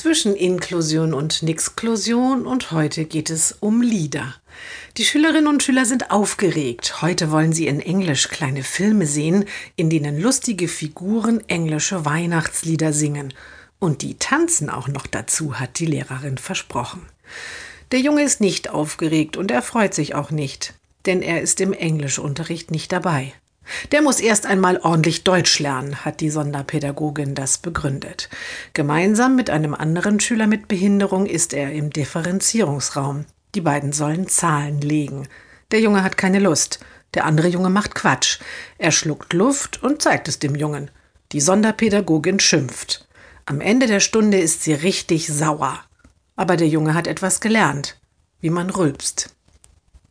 zwischen Inklusion und Nixklusion und heute geht es um Lieder. Die Schülerinnen und Schüler sind aufgeregt. Heute wollen sie in Englisch kleine Filme sehen, in denen lustige Figuren englische Weihnachtslieder singen. Und die tanzen auch noch dazu, hat die Lehrerin versprochen. Der Junge ist nicht aufgeregt und er freut sich auch nicht, denn er ist im Englischunterricht nicht dabei. Der muss erst einmal ordentlich Deutsch lernen, hat die Sonderpädagogin das begründet. Gemeinsam mit einem anderen Schüler mit Behinderung ist er im Differenzierungsraum. Die beiden sollen Zahlen legen. Der Junge hat keine Lust. Der andere Junge macht Quatsch. Er schluckt Luft und zeigt es dem Jungen. Die Sonderpädagogin schimpft. Am Ende der Stunde ist sie richtig sauer. Aber der Junge hat etwas gelernt, wie man rülpst.